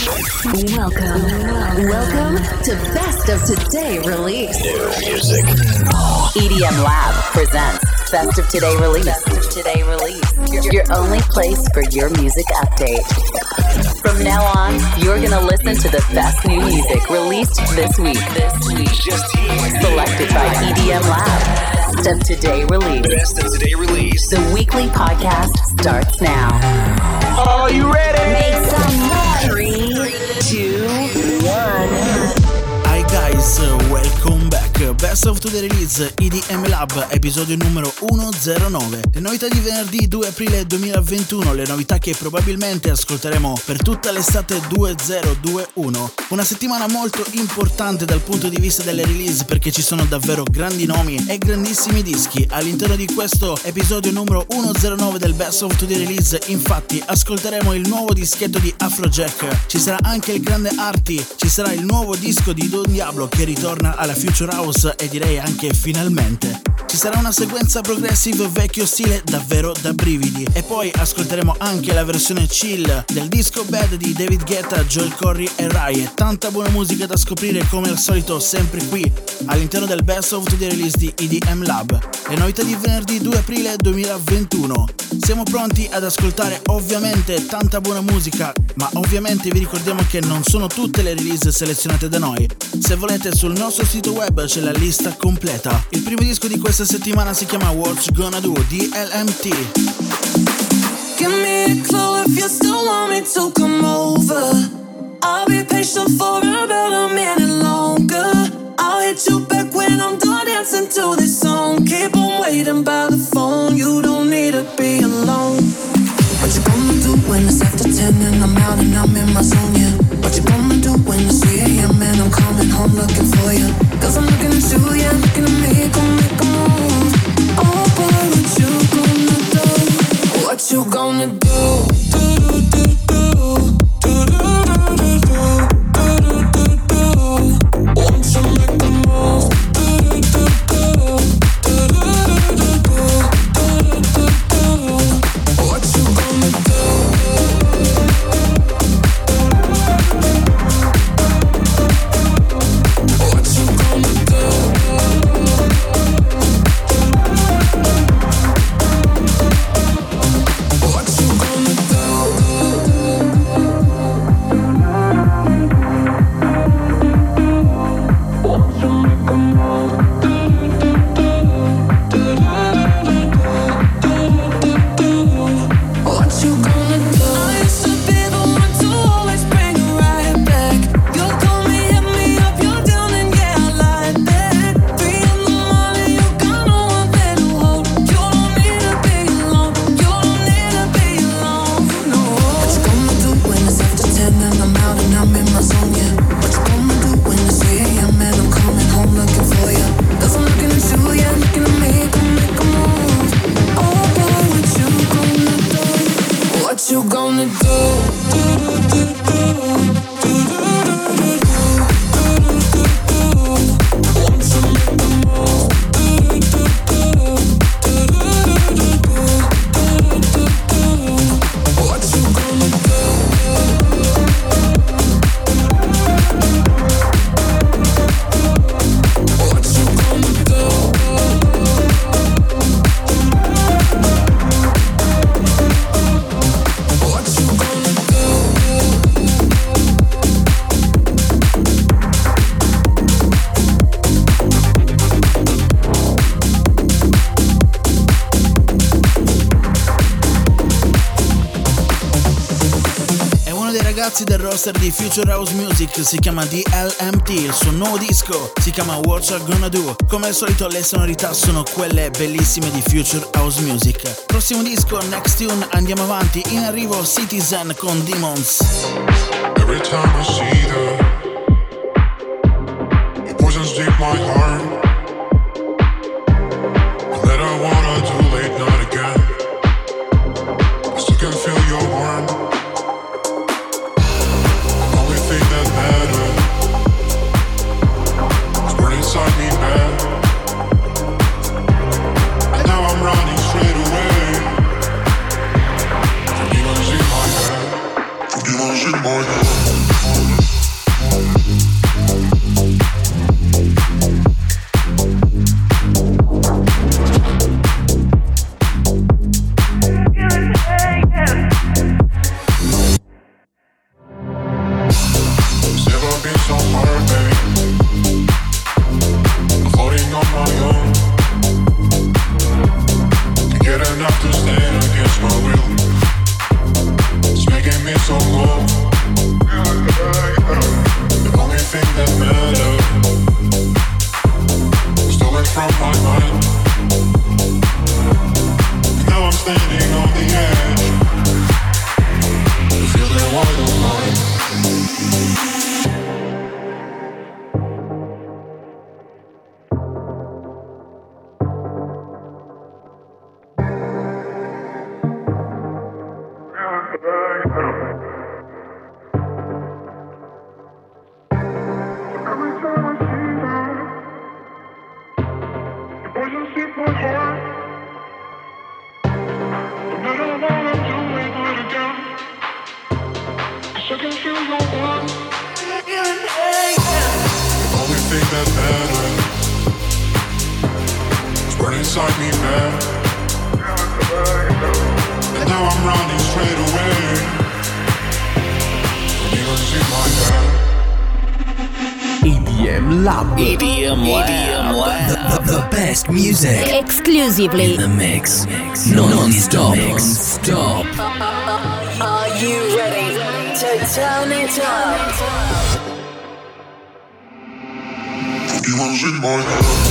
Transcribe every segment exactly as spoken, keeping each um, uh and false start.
Welcome, welcome to Best of Today Release. New music. E D M Lab presents Best of Today Release. Best of Today Release. Your, your only place for your music update. From now on, you're gonna listen to the best new music released this week. This week, Just here. selected by E D M Lab. Best of Today Release. Best of Today Release. The weekly podcast starts now. Are you ready? Make some noise. Three, two, one. Hi guys, welcome back. Best of Today Release E D M Lab, episodio numero centonove. Le novità di venerdì due aprile duemilaventuno, le novità che probabilmente ascolteremo per tutta l'estate duemilaventuno. Una settimana molto importante dal punto di vista delle release, perché ci sono davvero grandi nomi e grandissimi dischi. All'interno di questo episodio numero centonove del Best of Today Release, infatti, ascolteremo il nuovo dischetto di Afrojack. Ci sarà anche il grande Arty, ci sarà il nuovo disco di Don Diablo che ritorna alla Future House e direi anche finalmente. Ci sarà una sequenza progressive vecchio stile davvero da brividi, e poi ascolteremo anche la versione chill del disco Bad di David Guetta, Joel Corry e Rai. Tanta buona musica da scoprire come al solito sempre qui all'interno del Best of Today Release di E D M Lab. Le novità di venerdì due aprile duemilaventuno. Siamo pronti ad ascoltare ovviamente tanta buona musica, ma ovviamente vi ricordiamo che non sono tutte le release selezionate da noi. Se volete, sul nostro sito web c'è la lista completa. Il primo disco di questa settimana si chiama What You Gonna Do di L M T. Give me a clue if you still want me to come over. I'll be patient for about a minute longer. I'll hit you back when I'm done dancing to this song. Keep on waiting by the phone, you don't need to be alone. What you gonna do when it's after ten and I'm out and I'm in my zone, yeah? What you gonna do when it's three a.m. and I'm coming home looking for you? Cause I'm looking at you, yeah, looking at me, gonna make a move. Oh boy, what you gonna do? What you gonna do? Do do do do do do do do do do do. Won't you make a move? Do do do do do do do do do do. What you gonna do? What you gonna do? What you gonna Del roster di Future House Music, si chiama D L M T, il suo nuovo disco si chiama What You Gonna Do. Come al solito le sonorità sono quelle bellissime di Future House Music. Prossimo disco, Next Tune, andiamo avanti, in arrivo Citizen con Demons. Every time I see that, it poisons deep my heart, and that I wanna do late night again. I still can feel your warmth. Inside me bad, and now I'm running straight away. For demons in my head, for demons in my head. that matters is burning inside me, man. And now I'm running straight away from demons in my head. E D M Lab. E D M Lab. E D M Lab. The, the, the best music exclusively in the mix. Non-stop. Non-stop. Are you ready to turn it up? Demons in my head.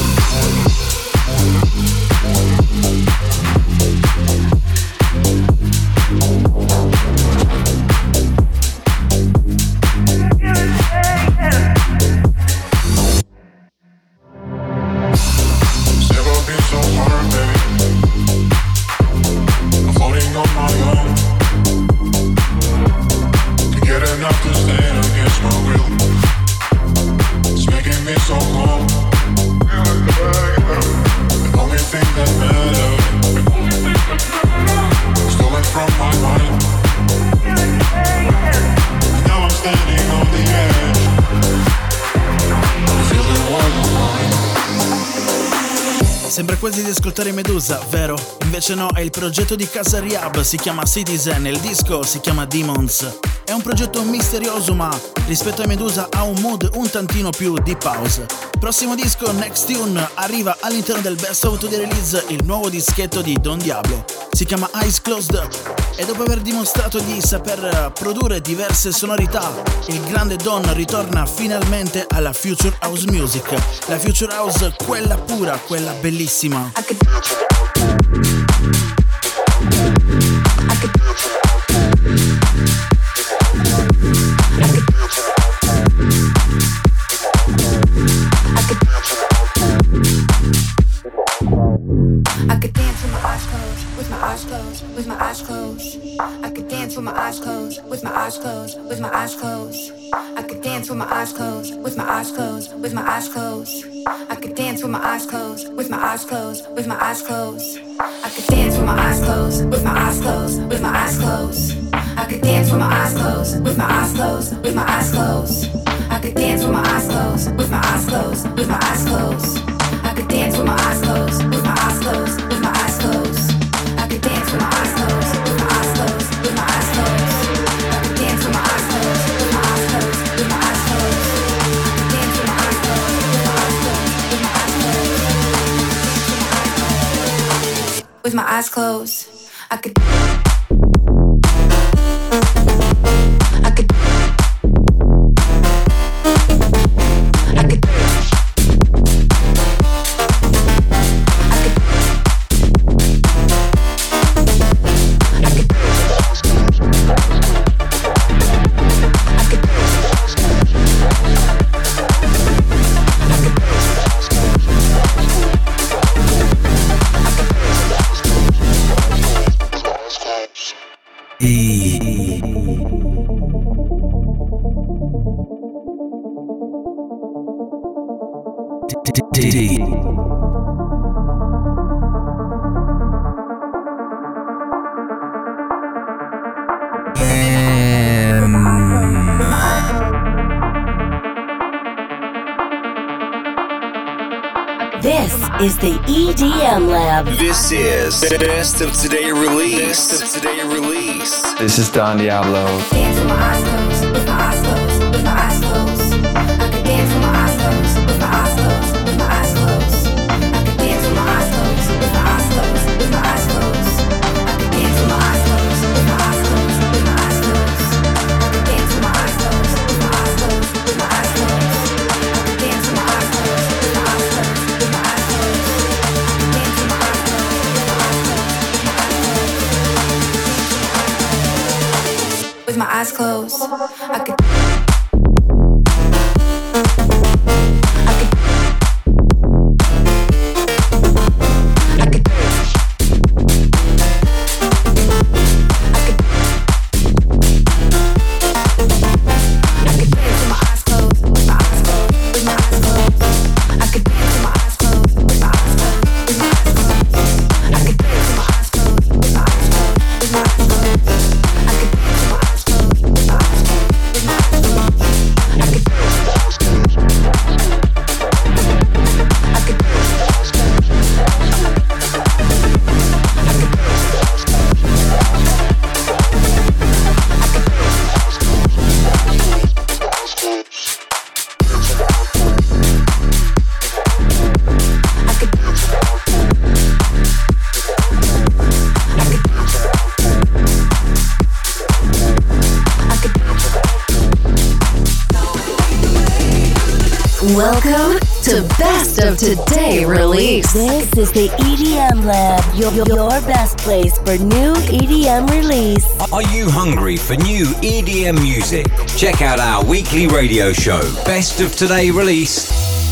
Sembra quasi di ascoltare Medusa, vero? Invece no, è il progetto di Casa Rehab, si chiama Citizen e il disco si chiama Demons. È un progetto misterioso ma rispetto a Medusa ha un mood un tantino più deep house. Prossimo disco, Next Tune, arriva all'interno del Best of the Release il nuovo dischetto di Don Diablo. Si chiama Eyes Closed e dopo aver dimostrato di saper produrre diverse sonorità, il grande Don ritorna finalmente alla Future House Music. La Future House, quella pura, quella bellissima. I could dance with my eyes closed, with my eyes closed, with my eyes closed. I could dance with my eyes closed, with my eyes closed, with my eyes closed. I could dance with my eyes closed, with my eyes closed, with my eyes closed. I could dance with my eyes closed, with my eyes closed, with my eyes closed. I could dance with my eyes closed, with my eyes closed, with my eyes closed. I could dance with my eyes closed, with my eyes closed, with my eyes closed. I could dance with my eyes closed, with my eyes closed, with my eyes closed. I could dance with my eyes closed, with my eyes closed, with my eyes closed. I could dance with my eyes closed, with my eyes closed, with my eyes closed. I could dance with my eyes closed, with my eyes closed, with my eyes closed. I could dance with my eyes closed, with my eyes closed, with my eyes closed. With my eyes closed, I could. I could. I could. This is the E D M Lab. This is the Best of Today Release. Best of Today Release. This is Don Diablo. Dance with my eyes closed, with my eyes closed, with my eyes closed. I could dance with my eyes closed, with my eyes closed, with my eyes closed. I could dance with my eyes closed, with my eyes closed, with my eyes closed. I could dance with my eyes closed, with my eyes closed, with my eyes closed. I could dance with my eyes closed, with my eyes closed, with my eyes closed. I could dance with my eyes closed, with my eyes closed, with my eyes closed. I could dance with my eyes closed, with my eyes closed, with my eyes closed. With my eyes closed. Welcome to Best of Today Release. This is the E D M Lab, your, your best place for new E D M release. Are you hungry for new E D M music? Check out our weekly radio show, Best of Today Release.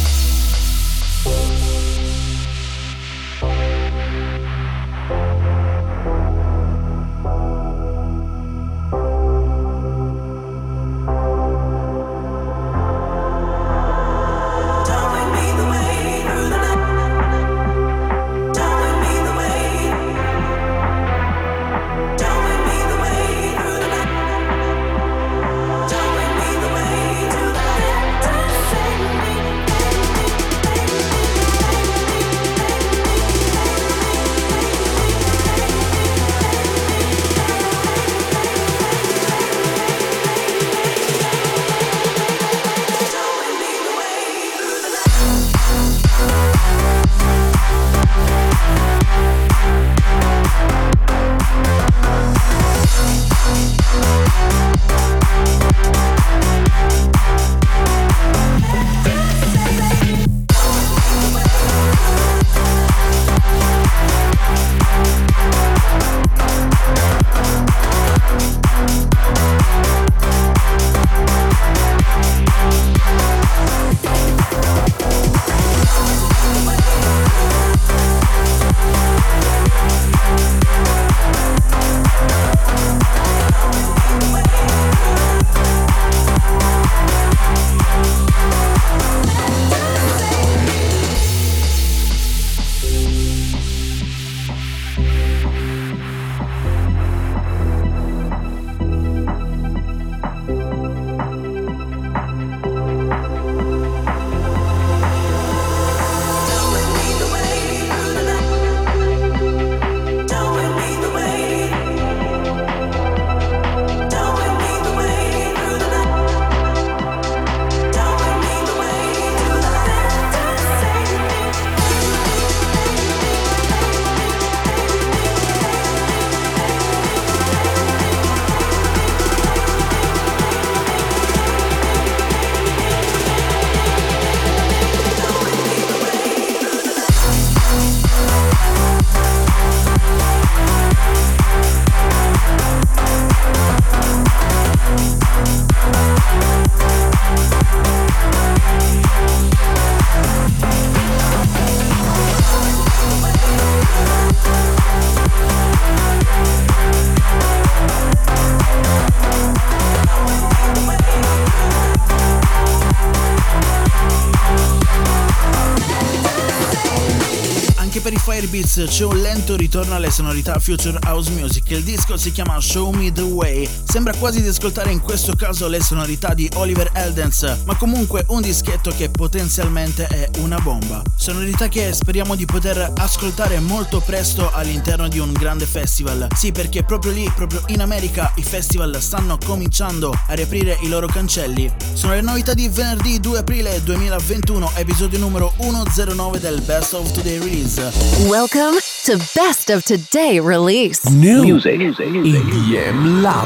Firebeats c'è un lento ritorno alle sonorità Future House Music. Il disco si chiama Show Me The Way. Sembra quasi di ascoltare in questo caso le sonorità di Oliver Heldens, ma comunque un dischetto che potenzialmente è una bomba. Sonorità che speriamo di poter ascoltare molto presto all'interno di un grande festival. Sì, perché proprio lì, proprio in America, i festival stanno cominciando a riaprire i loro cancelli. Sono le novità di venerdì due aprile duemilaventuno, episodio numero centonove del Best of Today Release. Welcome to Best of Today Release. New music, music, music. E D M Lab.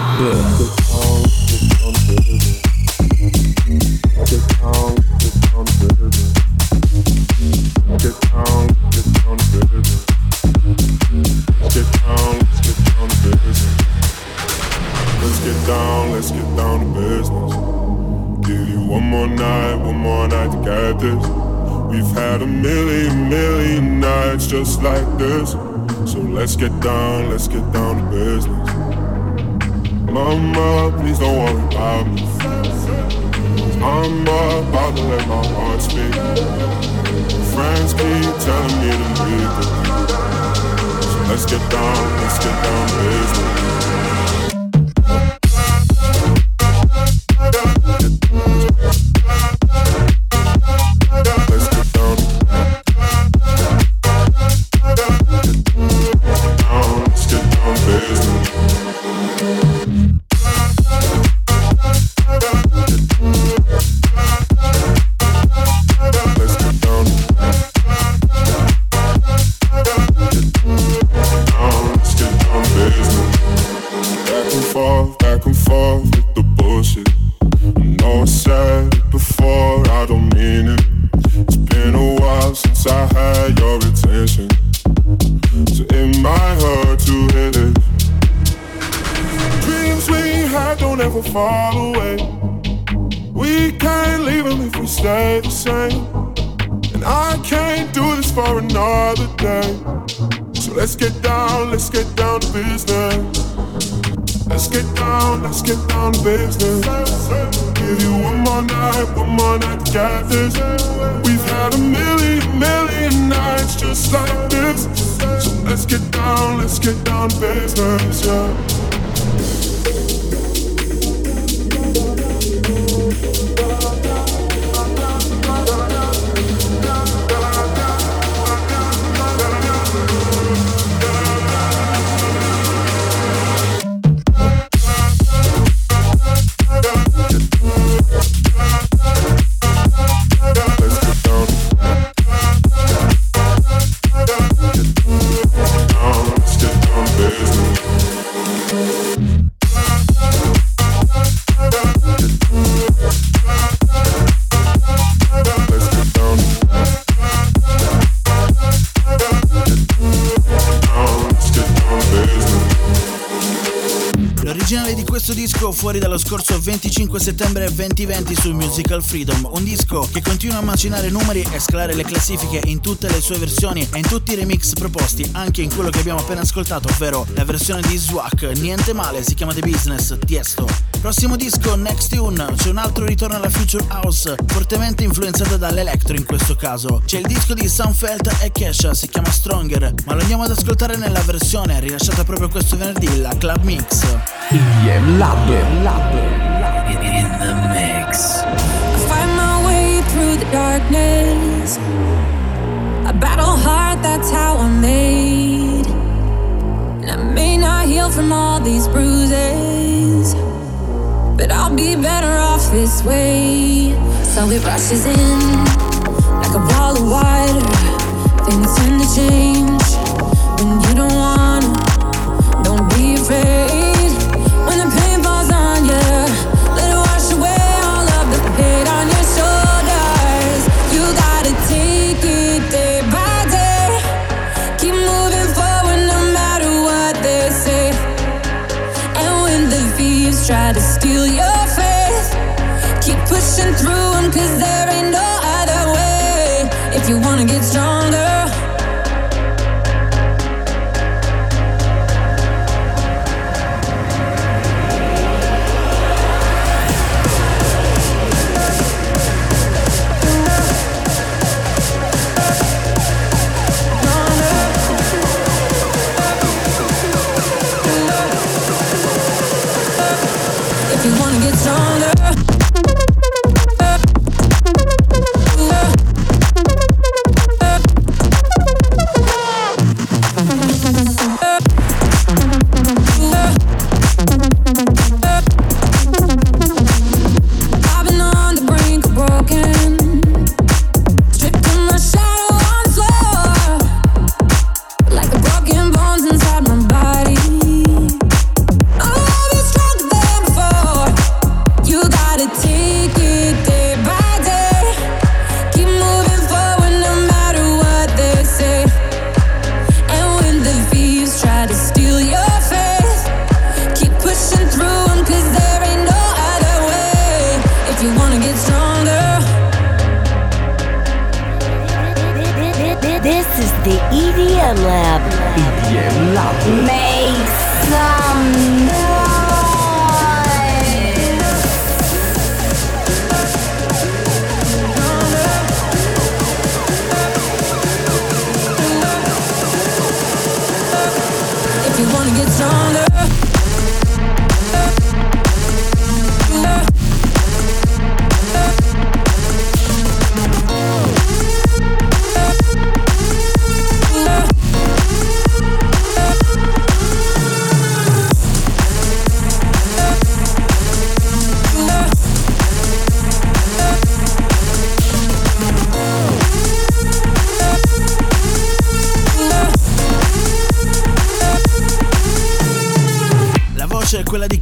Let's get down, let's get down to business. Give you one more night, one more night to get this. We've had a million, million nights just like this. So let's get down, let's get down to business. Mama, please don't worry about me. I'm about to let my heart speak. Friends keep telling me to leave. So let's get down, let's get down to business. I don't mean it. It's been a while since I had your attention, so it might hurt to hit it. Dreams we had don't ever fall away. We can't leave them if we stay the same. And I can't do this for another day. So let's get down, let's get down to business. Let's get down, let's get down to business. Give you one more night, one more night to get this. We've had a million, million nights just like this. So let's get down, let's get down to business, yeah. Disco fuori dallo scorso venticinque settembre duemilaventi su Musical Freedom, un disco che continua a macinare numeri e scalare le classifiche in tutte le sue versioni e in tutti i remix proposti, anche in quello che abbiamo appena ascoltato, ovvero la versione di Swag, niente male, si chiama The Business, Tiesto. Prossimo disco, Next Tune, c'è un altro ritorno alla Future House, fortemente influenzata dall'electro in questo caso. C'è il disco di Sunfelt e Kesha, si chiama Stronger, ma lo andiamo ad ascoltare nella versione rilasciata proprio questo venerdì, la Club Mix. E D M Lab, Lab, in the mix. I find my way through the darkness. I battle hard, that's how I'm made. And I may not heal from all these bruises, but I'll be better off this way. So it rushes in like a wall of water. Things tend to change when you don't wanna. Don't be afraid. When the pain falls on you, let it wash away all of the weight on your shoulders. You gotta take it day by day. Keep moving forward no matter what they say. And when the thieves try to steal your faith, keep pushing through them, cause there ain't no other way. If you wanna get stronger, if you wanna get stronger.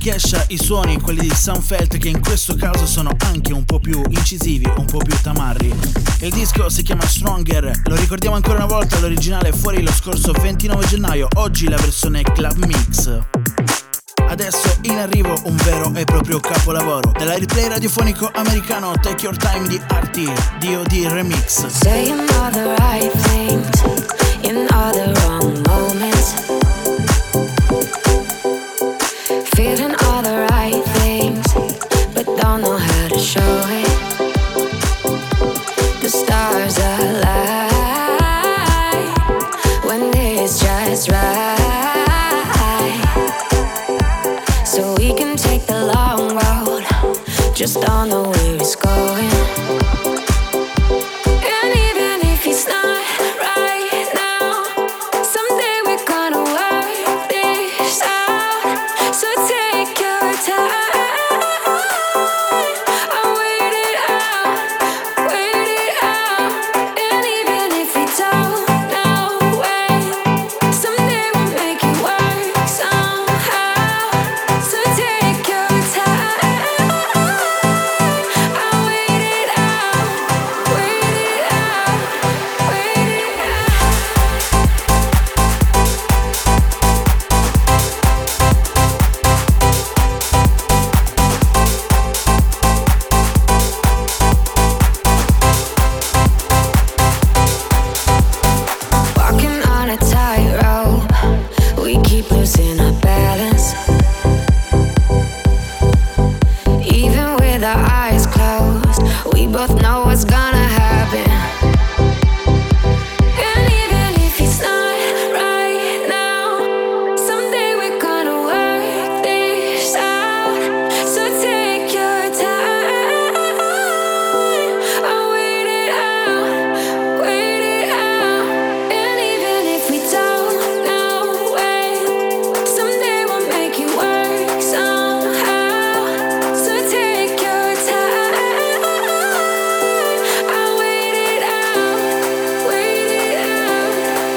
Kesha i suoni, quelli di Sam Felt, che in questo caso sono anche un po' più incisivi, un po' più tamarri. Il disco si chiama Stronger, lo ricordiamo ancora una volta, l'originale è fuori lo scorso ventinove gennaio, oggi la versione Club Mix. Adesso in arrivo un vero e proprio capolavoro della replay radiofonico americano Take Your Time di Arty, D O D Remix. Saying all the right things in all the wrong moments, feeling all the right things but don't know how to show it. The stars align when it's just right, so we can take the long road, just don't know where it's going. And even if it's not right now, someday we're gonna work this out, so take your time and wait it out, wait it out. And even if we don't know when, someday we'll make it work somehow, so take your time and wait it out, wait it out, wait it out. Walking on a tightrope, we keep losing our balance. Even with our eyes closed, we both know what's gonna happen. And even if it's not right now, someday we're gonna work this out, so take your time and wait it out, wait it out. And even if we don't know when, someday we'll make it work somehow, so take your time and wait it out, wait it out.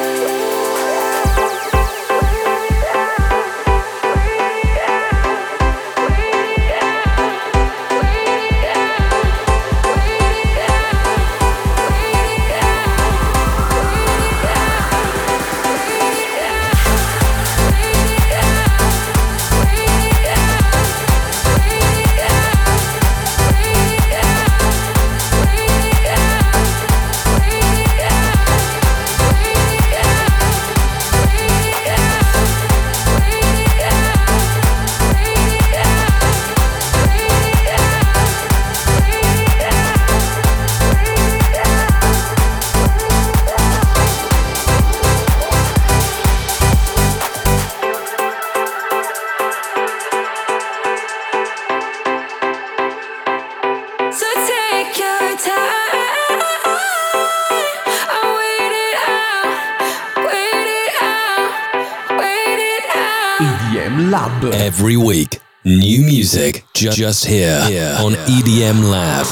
So take your time and wait it out, wait it out, wait it out. E D M Lab. Every week, new music ju- just here, here on E D M Lab.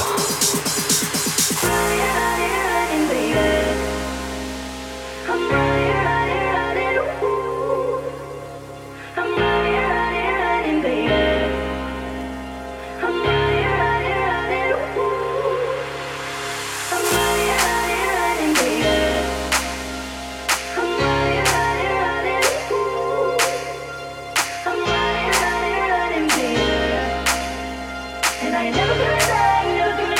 And I never could have, never could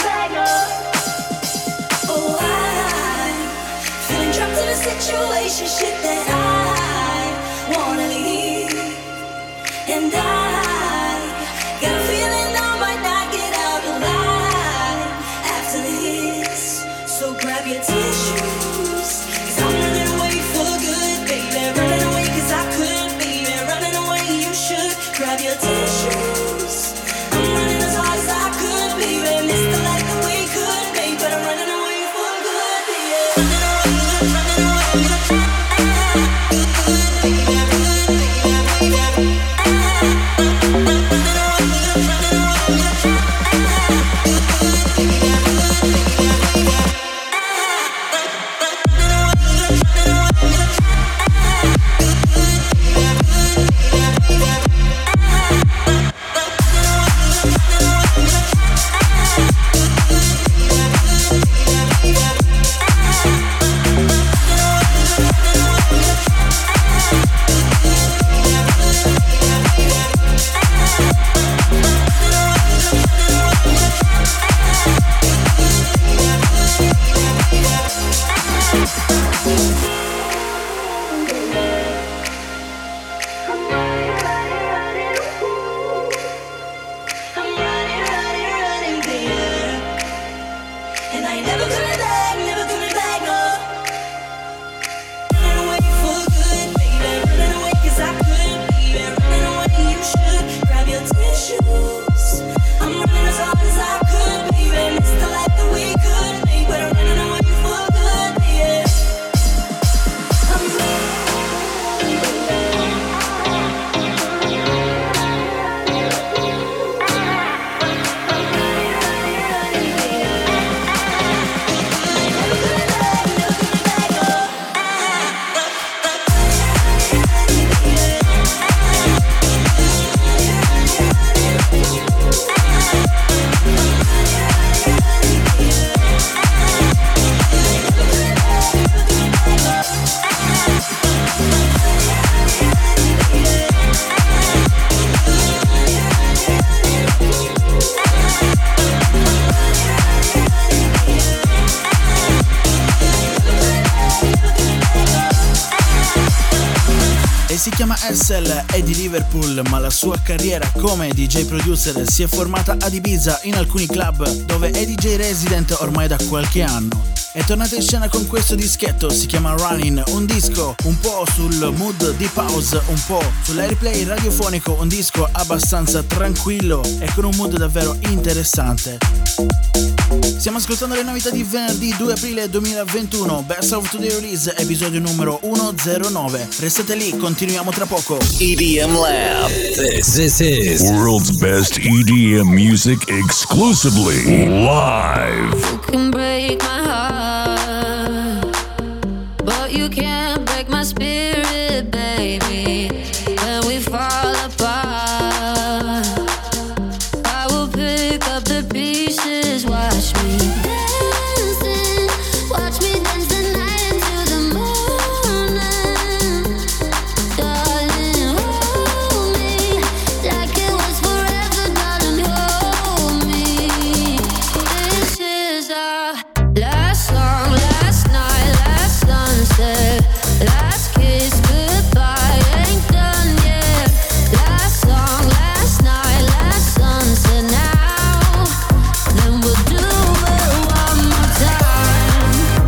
chiama Essel, è di Liverpool, ma la sua carriera come D J producer si è formata ad Ibiza in alcuni club dove è D J resident ormai da qualche anno. È tornata in scena con questo dischetto, si chiama Running, un disco un po' sul mood deep house, un po' sull'airplay radiofonico, un disco abbastanza tranquillo e con un mood davvero interessante. Stiamo ascoltando le novità di venerdì due aprile duemilaventuno, Best of Today Release, episodio numero centonove. Restate lì, continuiamo tra poco. E D M Lab. This, this is World's best E D M music exclusively live. You can break my heart, but you can't break my spirit, baby. When we fall apart, I will pick up the pieces. Watch me dancing, watch me dance the night into the morning. Darling, hold me like it was forever. Darling, hold me. This is our last song, last night, last sunset, last kiss, goodbye, ain't done yet. Last song, last night, last sunset. Now, then we'll do it one more time.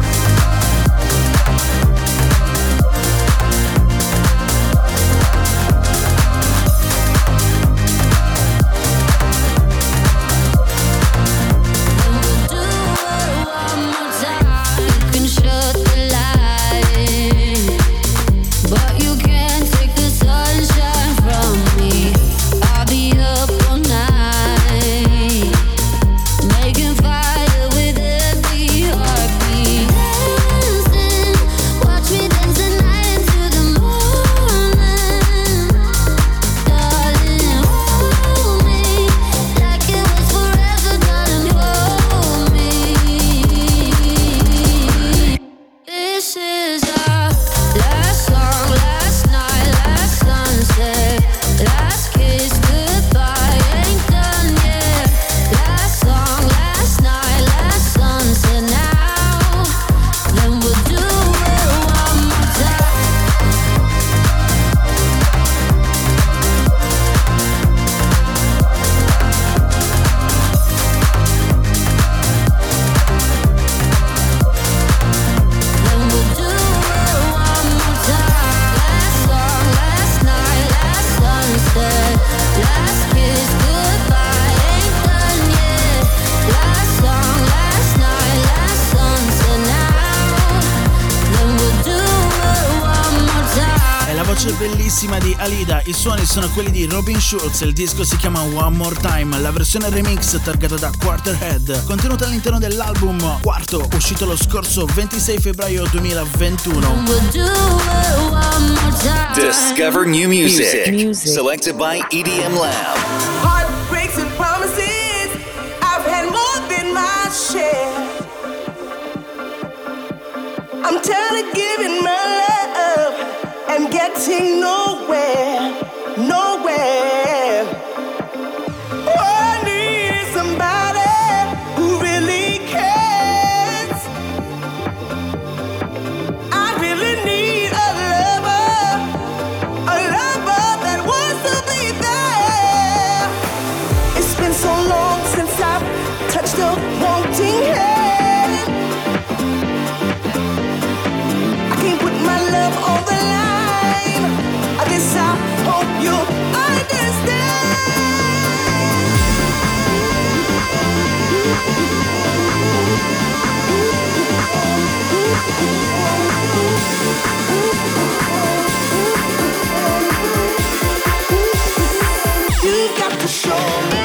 Then we'll do it one more time. You can shut the light, but you can't take the sunshine from me. I'll be up all night, making fire with every heartbeat. Dancing, watch me dance the night into the morning. Darling, hold me like it was forever. Darling, hold me. This is our last song, last night, last sunset, last kiss, goodbye, ain't done yet. Last song, last night, last sunset. Now, then we'll do it one more time. Then we'll do it one more time. Last song, last night, last sunset, last kiss, goodbye, ain't done yet. Last song, last night, last sunset. Now, then we'll do it one more time. È la voce bellissima di Alida, i suoni sono quelli di Robin Schulz, il disco si chiama One More Time, la versione remix targata da Quarterhead, contenuta all'interno dell'album quarto, uscito lo scorso ventisei febbraio duemilaventuno. We'll do it one more time. Discover new music. Music. Selected by E D M Lab. Heartbreaks and promises, I've had more than my share. I'm tired of giving my love and getting nowhere, nowhere. All I need is somebody who really cares. I really need a lover, a lover that wants to be there. It's been so long since I've touched a wanting hand. I can't put my love on the line. I guess I hope you understand. You got to show me.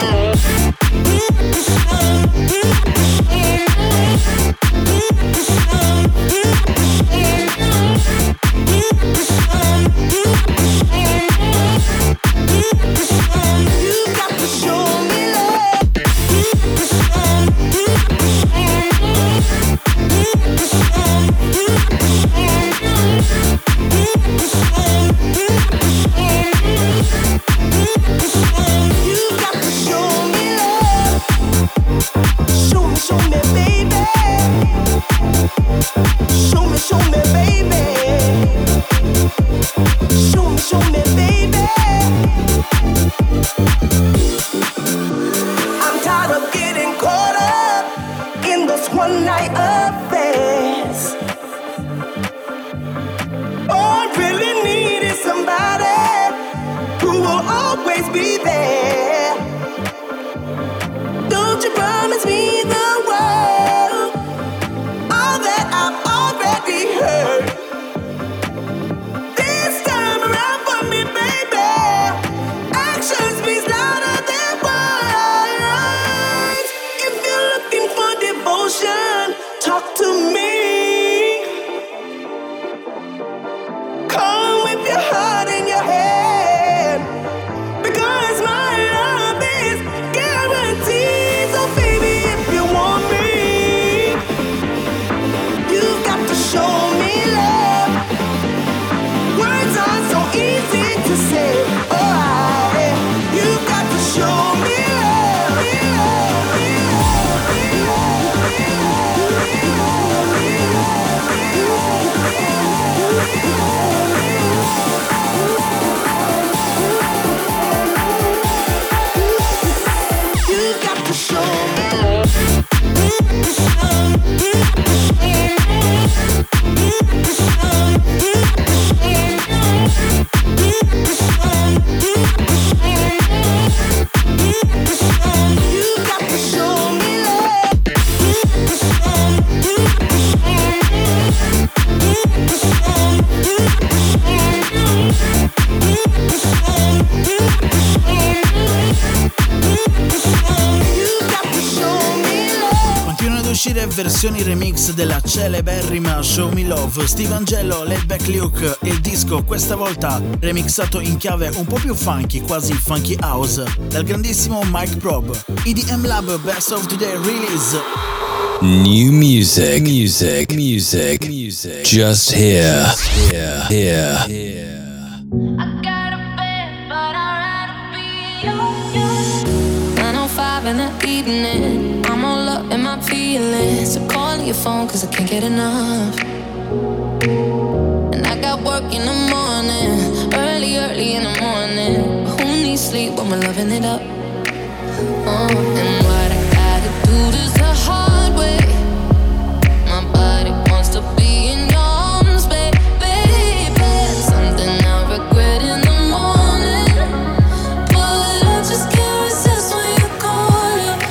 Show me, show me, baby. Show me, show me, baby. Show me, show me, baby. I'm tired of getting caught up in those one night affairs. All I really need is somebody who will always be there. Don't you promise me the world, all that I've already heard. This time around for me, baby, action speaks louder than words. If you're looking for devotion, talk to me. Come with your heart in your hand, because my love is guaranteed. So baby, if you want me, you've got to show me love. Words are so easy to say, oh, I, you've got to show me love. You've got to show me love. You've got to show me Continuano ad uscire versioni remix della celeberrima Show Me Love. Steve Angello, Laid Back Luke, il disco questa volta remixato in chiave un po' più funky, quasi funky house, dal grandissimo Mike Probe. E D M Lab Best of Today Release. New music, music, music, music. Just here, here, here, here. nine oh five in the evening, I'm all up in my feelings. So calling your phone cause I can't get enough. And I got work in the morning, early, early in the morning. But who needs sleep when we're loving it up? Oh, and what I gotta do this the hard way. My body wants to be in your arms, baby, baby. Something I regret in the morning, but I just can't resist when you call it.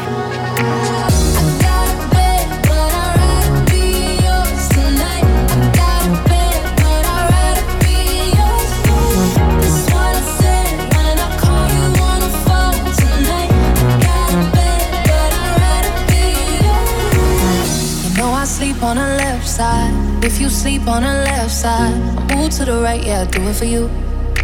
I got a bed, but I'd rather be yours tonight. I got a bed, but I'd rather be yours. That's what I said when I call you on the phone tonight. I got a bed, but I'd rather be yours. You know I sleep on the left side. If you sleep on the left side, I move to the right, yeah, I do it for you.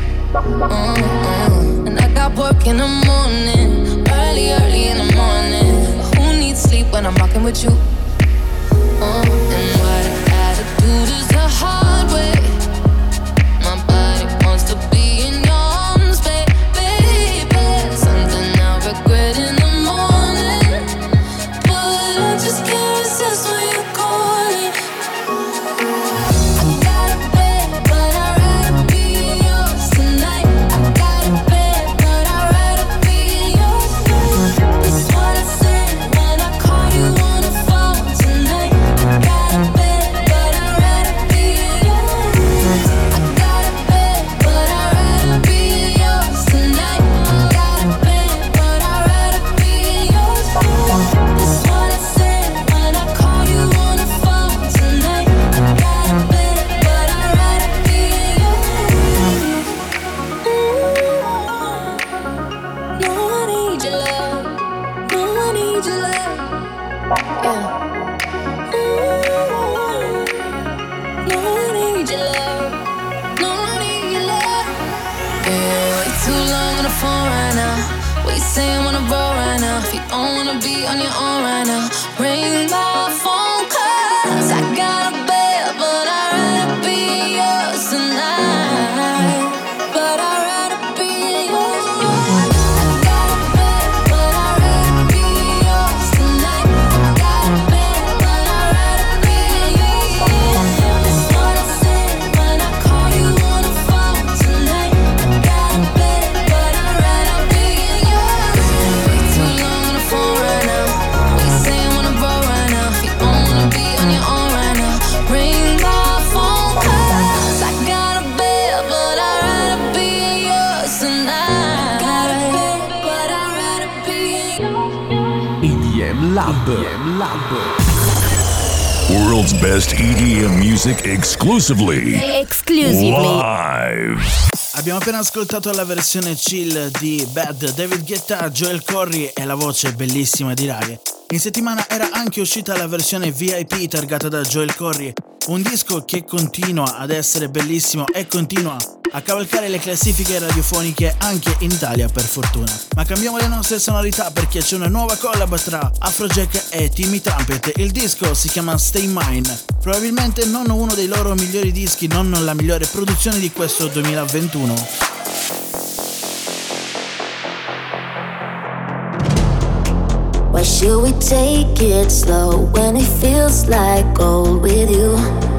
Mm-mm. And I got work in the morning, early, early in the morning. But who needs sleep when I'm rocking with you? Mm. And what I gotta do this the hard way. My body wants to be in your arms, baby, baby. Something I regret in the morning, but I just can't resist when you call it. I got a bed, but I'd rather be yours tonight. I got a bed, but I'd rather be yours. That's what I said when I call you on the phone tonight. I got a bed, but I'd rather be yours. I got a bed, but I'd rather be yours tonight. I got a bed, but I'd rather be yours. That's what I said when I call you on the phone tonight. I got a bed, but I'd rather be yours. No, I need your love. No, I need your love. Yeah. No, I need your love. No, I need your love. Yeah, way too long on the phone right now. What you saying wanna roll right now? If you don't wanna be on your own right now, ring my phone cause I got a bed, but I'd rather be yours tonight. But I'd rather be yours. I got a bed, but I'd rather be yours tonight. Lab. E D M Lab. World's best E D M music exclusively. Exclusively. Live. Abbiamo appena ascoltato la versione chill di Bad, David Guetta, Joel Corry e la voce bellissima di Rai. In settimana era anche uscita la versione V I P targata da Joel Corry, un disco che continua ad essere bellissimo e continua a cavalcare le classifiche radiofoniche anche in Italia, per fortuna. Ma cambiamo le nostre sonorità perché c'è una nuova collab tra Afrojack e Timmy Trumpet. Il disco si chiama Stay Mine, probabilmente non uno dei loro migliori dischi, non la migliore produzione di questo duemilaventuno. Why should we take it slow when it feels like gold with you?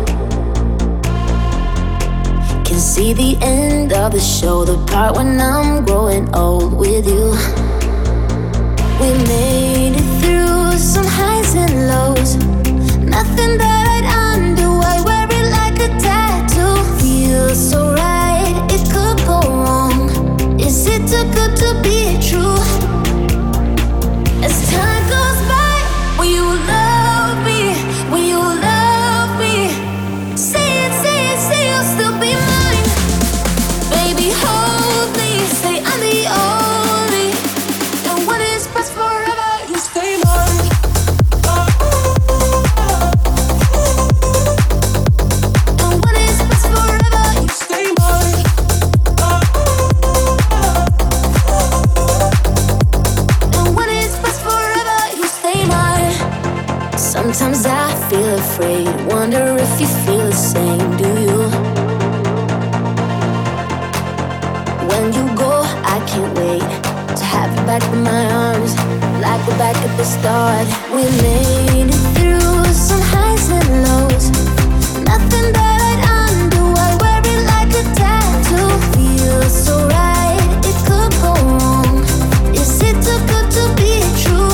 Can see the end of the show, the part when I'm growing old with you. We made it through some highs and lows, nothing that I'd undo, I wear it like a tattoo. Feels so right, it could go wrong. Is it too good to be true? As time goes by, will you love me? Will you love me? Say it, say it, say you'll still be mine. Baby, hold me, say I'm the only. And what is best forever, you stay mine. And what is best forever, you stay mine. And what is best forever, you stay mine. Sometimes I feel afraid, wonder if you feel the same, do you? When you go, I can't wait to have you back in my arms, like we're back at the start. We made it through some highs and lows, nothing that I'd undo, I wear it like a tattoo. Feels so right, it could go wrong. Is it too good to be true?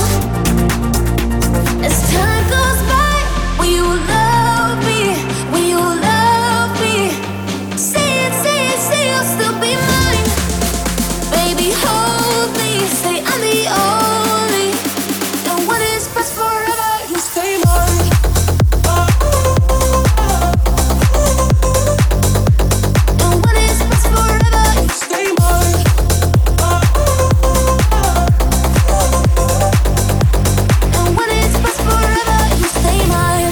As time goes by, will you love me? Will you love me? Say it, say it, say you'll still be mine. Baby, hold me, say I'm the only. And what is best forever, you stay mine. And what is best forever, you stay mine. And what is best forever, you stay mine.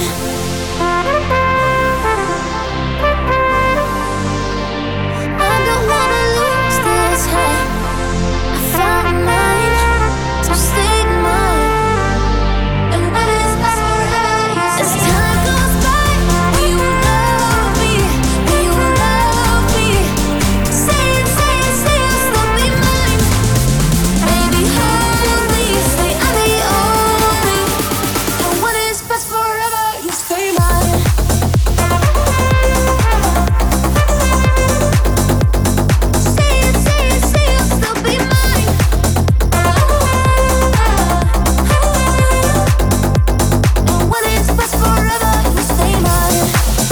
I don't wanna lose this high. I found mine, so stay mine. And what is best forever, you stay. As time goes by, will you love me? Will you love me? Say it, say it, say you'll still be mine. Baby, hold me, say I'm the only. And what is best forever, you stay mine. Say it, say it, say you'll still be mine. And what is best forever, you stay mine.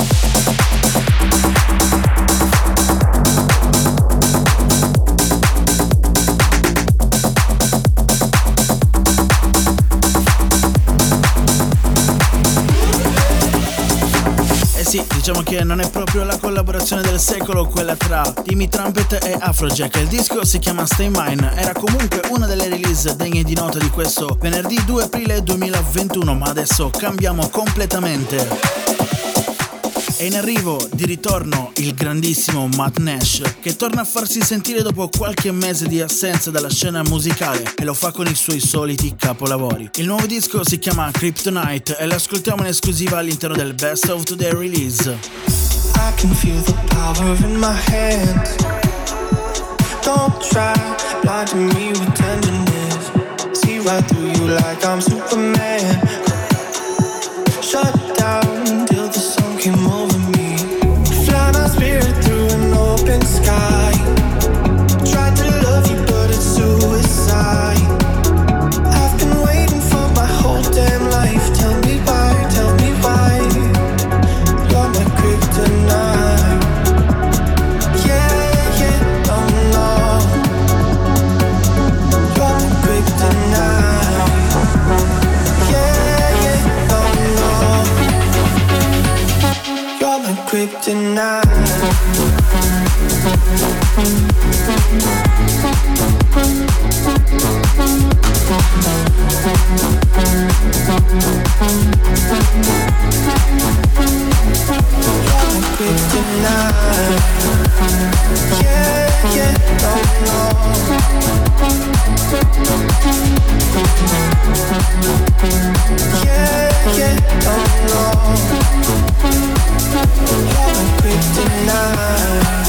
Eh sì, diciamo che non è proprio la collaborazione del secolo quella tra Timmy Trumpet e Afrojack. Il disco si chiama Stay Mine, era comunque una delle release degne di nota di questo venerdì due aprile duemilaventuno, ma adesso cambiamo completamente. È in arrivo di ritorno il grandissimo Matt Nash, che torna a farsi sentire dopo qualche mese di assenza dalla scena musicale e lo fa con i suoi soliti capolavori. Il nuovo disco si chiama Kryptonite e lo ascoltiamo in esclusiva all'interno del Best of Today release. I can feel the power in my hands. Don't try blinding me with tenderness. See right through you like I'm Superman. Shut down till the sun came over me. Fly my spirit through an open sky. Tried to love you but it's suicide. I've been waiting for my whole damn life. Tell me why, tell me why. You're my kryptonite. Yeah, yeah, oh no. You're my kryptonite. Yeah. kryptonite. Kryptonite. Yeah, yeah, don't know. Yeah, yeah, don't know. You're my kryptonite.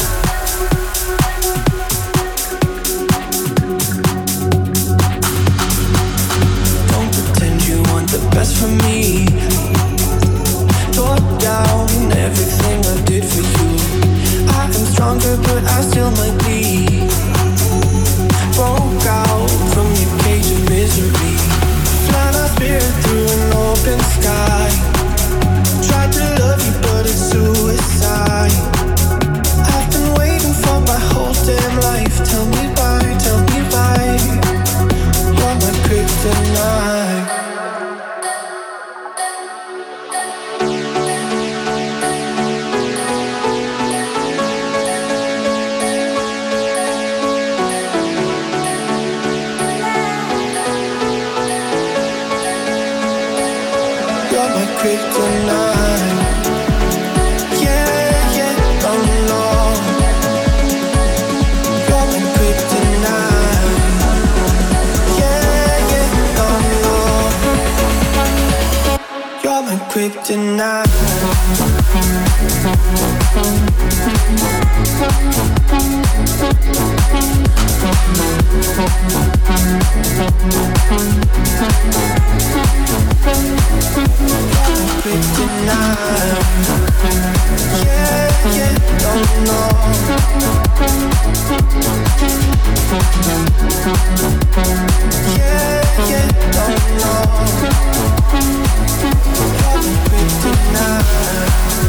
Don't pretend you want the best from me. Tore down everything I did for you. I am stronger, but I still might bleed. Broke out from your cage of misery. Fly my spirit through an open sky. Tried to love you, but it's suicide. I've been waiting for my whole damn life. Tell me why, tell me why. You're my kryptonite. Kryptonite. Yeah, yeah, don't know. You're my kryptonite. Yeah, yeah, don't know. You're my kryptonite. Kryptonite. Yeah, yeah, don't know. Yeah, yeah, don't know. You're my kryptonite.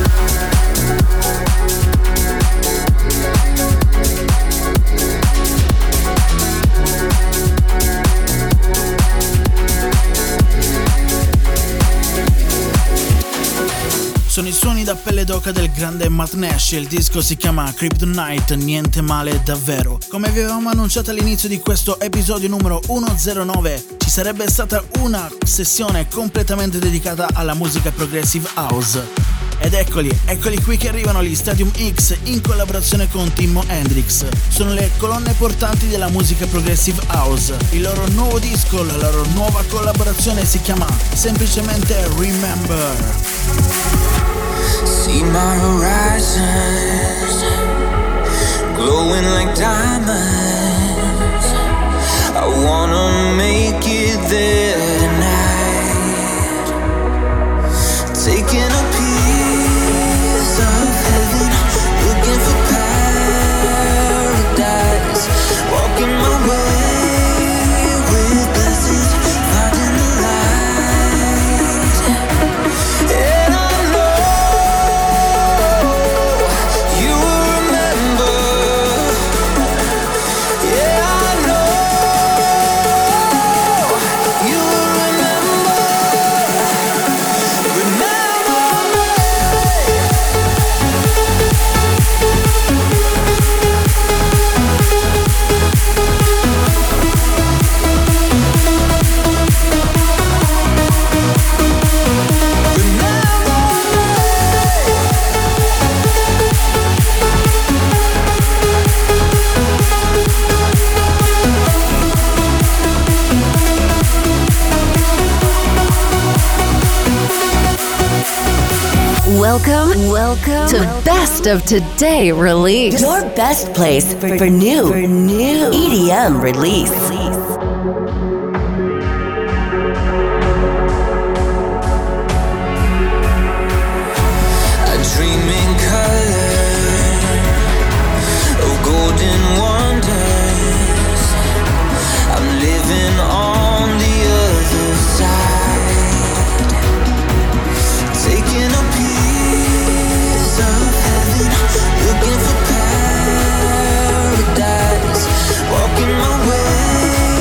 Sono i suoni da pelle d'oca del grande Matt Nash, il disco si chiama Kryptonite, niente male davvero. Come vi avevamo annunciato all'inizio di questo episodio numero centonove, ci sarebbe stata una sessione completamente dedicata alla musica progressive house. Ed eccoli, eccoli qui che arrivano gli Stadium X in collaborazione con Timo Hendrix. Sono le colonne portanti della musica progressive house. Il loro nuovo disco, la loro nuova collaborazione si chiama semplicemente Remember. See my horizons glowing like diamonds. I wanna make it there tonight. Taking a piece of heaven, looking for paradise. Walking my way with blessings, finding the light. And I know you will remember. Yeah, I know you will remember. Remember me. Welcome, welcome to Best of Today Release. Your best place for, for new, for new E D M release. I dream in color of golden wonders. I'm living on the other side, taking a piece of heaven, looking for paradise. Walking my way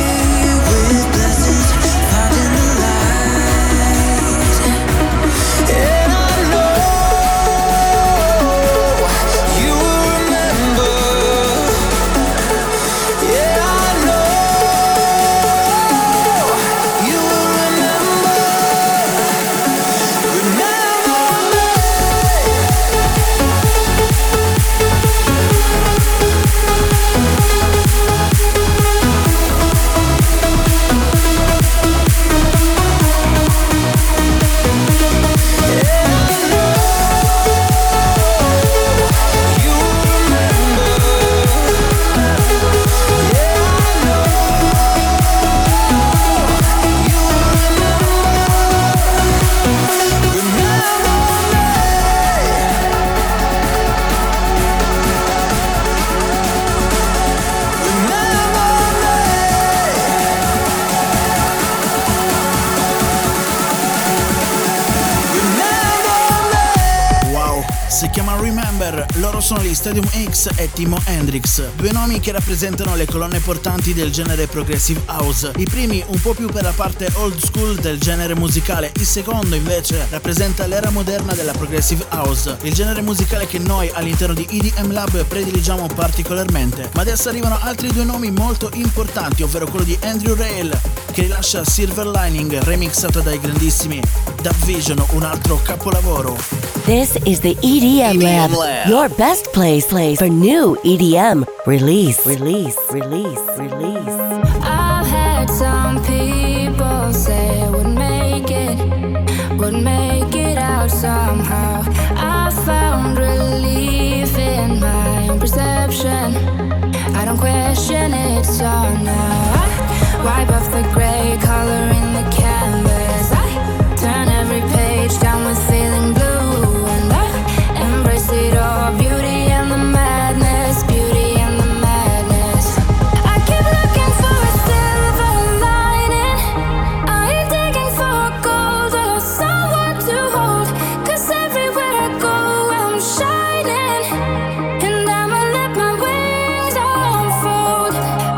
si chiama Remember, loro sono gli Stadium X e Timo Hendrix, due nomi che rappresentano le colonne portanti del genere Progressive House. I primi un po' più per la parte old school del genere musicale, il secondo invece rappresenta l'era moderna della Progressive House, il genere musicale che noi all'interno di E D M Lab prediligiamo particolarmente. Ma adesso arrivano altri due nomi molto importanti, ovvero quello di Andrew Rayel, che rilascia Silver Lining remixata dai grandissimi Dub Vision, un altro capolavoro. This is the E D M, E D M Lab, Lab, your best place, place for new E D M release, release, release, release. I've had some people say I wouldn't make it, wouldn't make it out somehow. I found relief in my own perception. I don't question it, so now I wipe off the gray color in the canvas. I turn every page down with feeling blue, and I embrace it all, beauty and the madness, beauty and the madness. I keep looking for a silver lining. I ain't digging for gold or someone to hold, 'cause everywhere I go I'm shining, and I'ma let my wings unfold.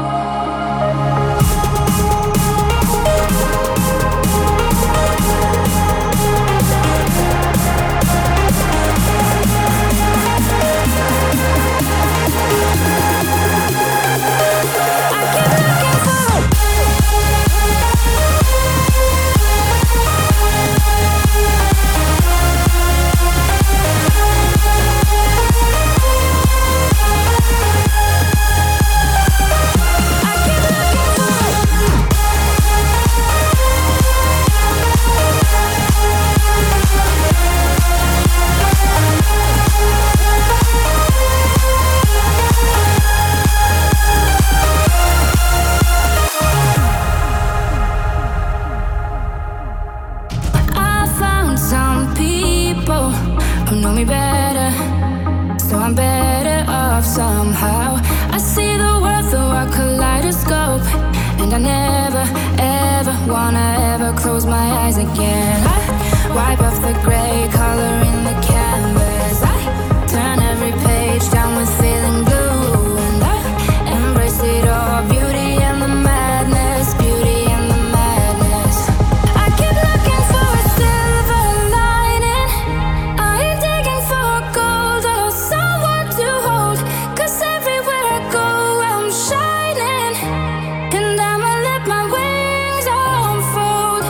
I found some people who know me better, so I'm better off somehow. I see the world through a kaleidoscope, and I never, ever wanna ever close my eyes again. I wipe off the gray color in the canvas. I turn every page down with feeling blue, and I embrace it all, beauty and the madness, beauty and the madness. I keep looking for a silver lining. I ain't digging for gold or someone to hold, 'cause everywhere I go I'm shining, and I'ma let my wings unfold.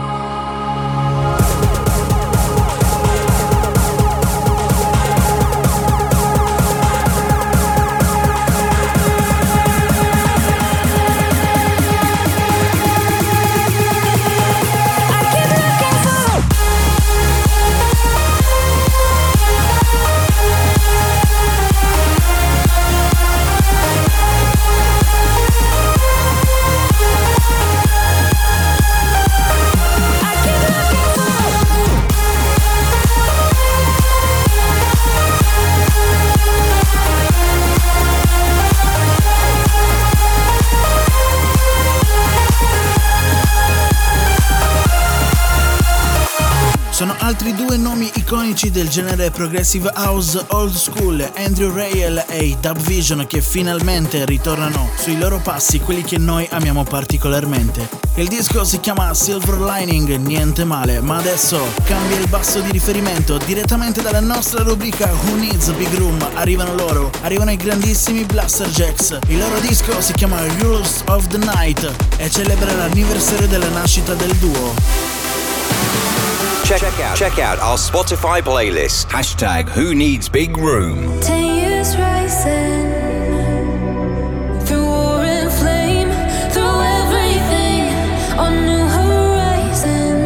Sono altri due nomi iconici del genere Progressive House Old School, Andrew Rayel e i Dub Vision, che finalmente ritornano sui loro passi, quelli che noi amiamo particolarmente. Il disco si chiama Silver Lining, niente male, ma adesso cambia il basso di riferimento. Direttamente dalla nostra rubrica Who Needs a Big Room arrivano loro, arrivano i grandissimi Blasterjaxx. Il loro disco si chiama Rules of the Night e celebra l'anniversario della nascita del duo. Check out, check out our Spotify playlist. Hashtag Who Needs Big Room. Ten years rising through war and flame, through everything on new horizon.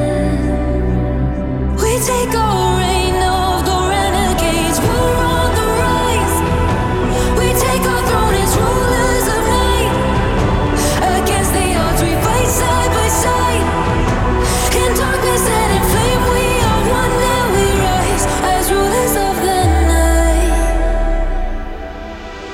We take our reign of the renegades. We're on the rise. We take our throne as rulers of night. Against the odds we fight side by side. In darkness and in flame we are one and we rise as rulers of the night.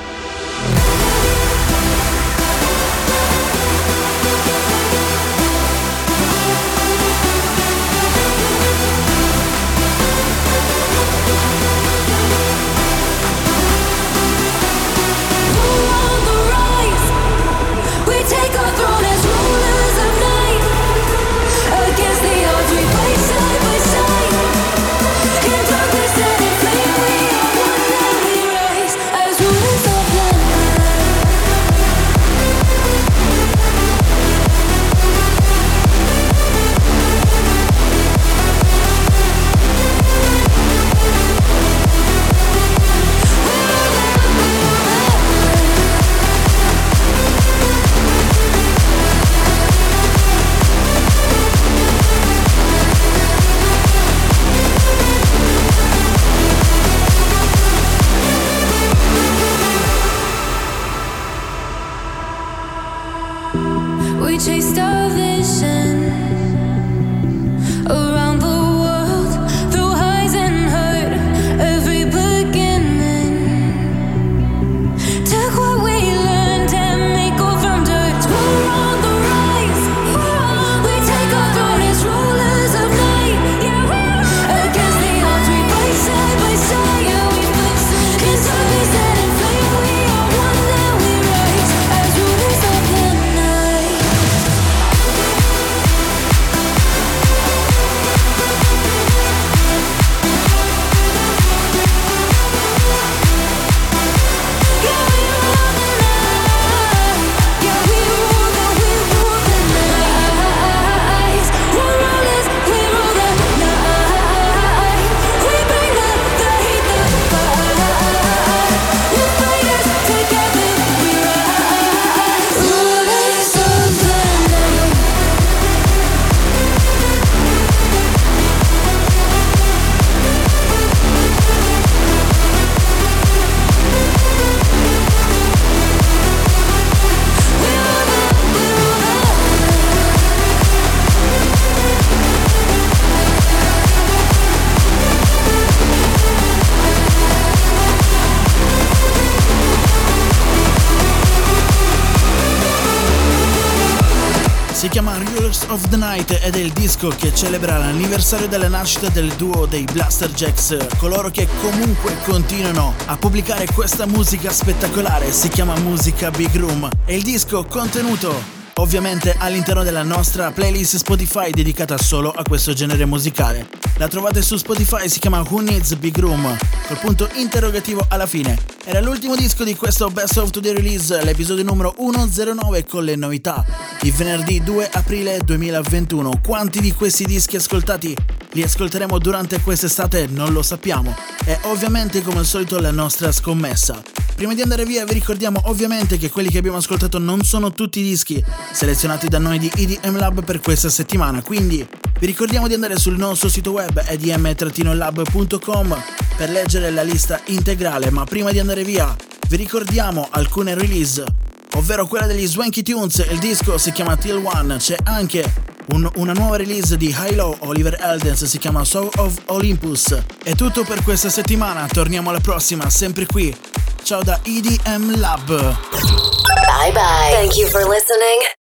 of the Night ed è il disco che celebra l'anniversario della nascita del duo dei Blasterjaxx, coloro che comunque continuano a pubblicare questa musica spettacolare. Si chiama Musica Big Room e il disco contenuto ovviamente all'interno della nostra playlist Spotify dedicata solo a questo genere musicale. La trovate su Spotify, si chiama Who Needs Big Room col punto interrogativo alla fine. Era l'ultimo disco di questo Best of Today Release, l'episodio numero centonove con le novità di venerdì due aprile duemilaventuno. Quanti di questi dischi ascoltati li ascolteremo durante quest'estate non lo sappiamo, è ovviamente come al solito la nostra scommessa. Prima di andare via vi ricordiamo ovviamente che quelli che abbiamo ascoltato non sono tutti i dischi selezionati da noi di E D M Lab per questa settimana, quindi vi ricordiamo di andare sul nostro sito web e d m lab punto com per leggere la lista integrale. Ma prima di andare via vi ricordiamo alcune release, ovvero quella degli Swanky Tunes. Il disco si chiama Till One, c'è anche un, una nuova release di High Low Oliver Eldens, si chiama Soul of Olympus. È tutto per questa settimana, torniamo alla prossima sempre qui. Ciao da E D M Lab. Bye bye. Thank you for listening.